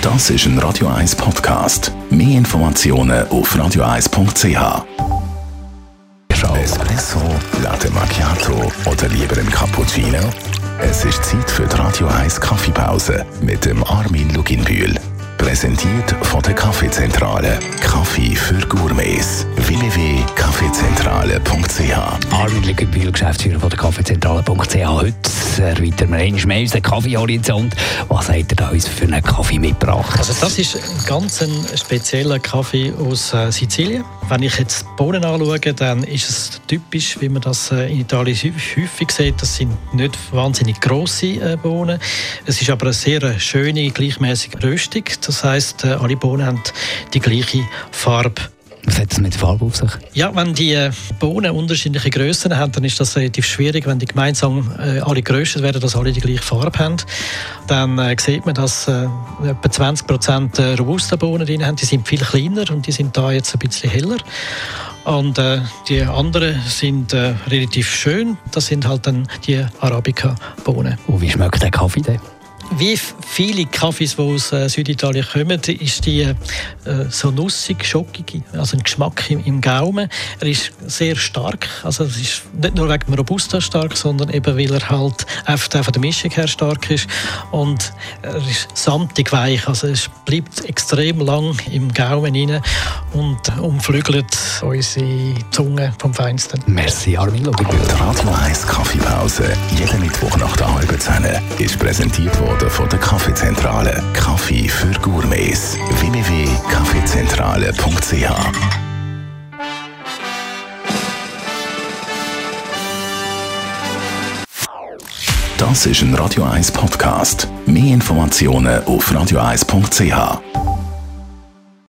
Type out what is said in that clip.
Das ist ein Radio 1 Podcast. Mehr Informationen auf radio1.ch. Espresso, Latte Macchiato oder lieber ein Cappuccino? Es ist Zeit für die Radio 1 Kaffeepause mit dem Armin Luginbühl. Präsentiert von der Kaffeezentrale. Kaffee für Gourmets. www.kaffeezentrale.ch. Armin Luginbühl, Geschäftsführer von der Kaffeezentrale.ch. Heute erweitern wir einmal mehr unseren Kaffeehorizont. Was hat er da uns für einen Kaffee mitgebracht? Also das ist ganz ein spezieller Kaffee aus Sizilien. Wenn ich jetzt die Bohnen anschaue, dann ist es typisch, wie man das in Italien häufig sieht. Das sind nicht wahnsinnig grosse Bohnen. Es ist aber eine sehr schöne, gleichmäßige Röstung. Das heisst, alle Bohnen haben die gleiche Farbe. Was hat das mit der Farbe auf sich? Ja, wenn die Bohnen unterschiedliche Grössen haben, dann ist das relativ schwierig. Wenn die gemeinsam alle geröstet werden, dass alle die gleiche Farbe haben, dann sieht man, dass etwa 20% robuste Bohnen drin haben. Die sind viel kleiner und die sind da jetzt ein bisschen heller. Und die anderen sind relativ schön. Das sind halt dann die Arabica-Bohnen. Und wie schmeckt der Kaffee denn? Wie viele Kaffees, die aus Süditalien kommen, ist die so nussig, schockig, also ein Geschmack im Gaumen. Er ist sehr stark, also es ist nicht nur wegen dem Robusta stark, sondern eben weil er halt einfach von der Mischung her stark ist. Und er ist samtig weich, also es bleibt extrem lang im Gaumen rein und umflügelt unsere Zunge vom Feinsten. Merci, Armin Luginbühl. Die Radio 1 Kaffeepause, jeden Mittwoch nach der halben 10 ist präsentiert worden von der Kaffeezentrale. Kaffee für Gourmets. www.kaffeezentrale.ch. Das ist ein Radio 1 Podcast. Mehr Informationen auf radio1.ch.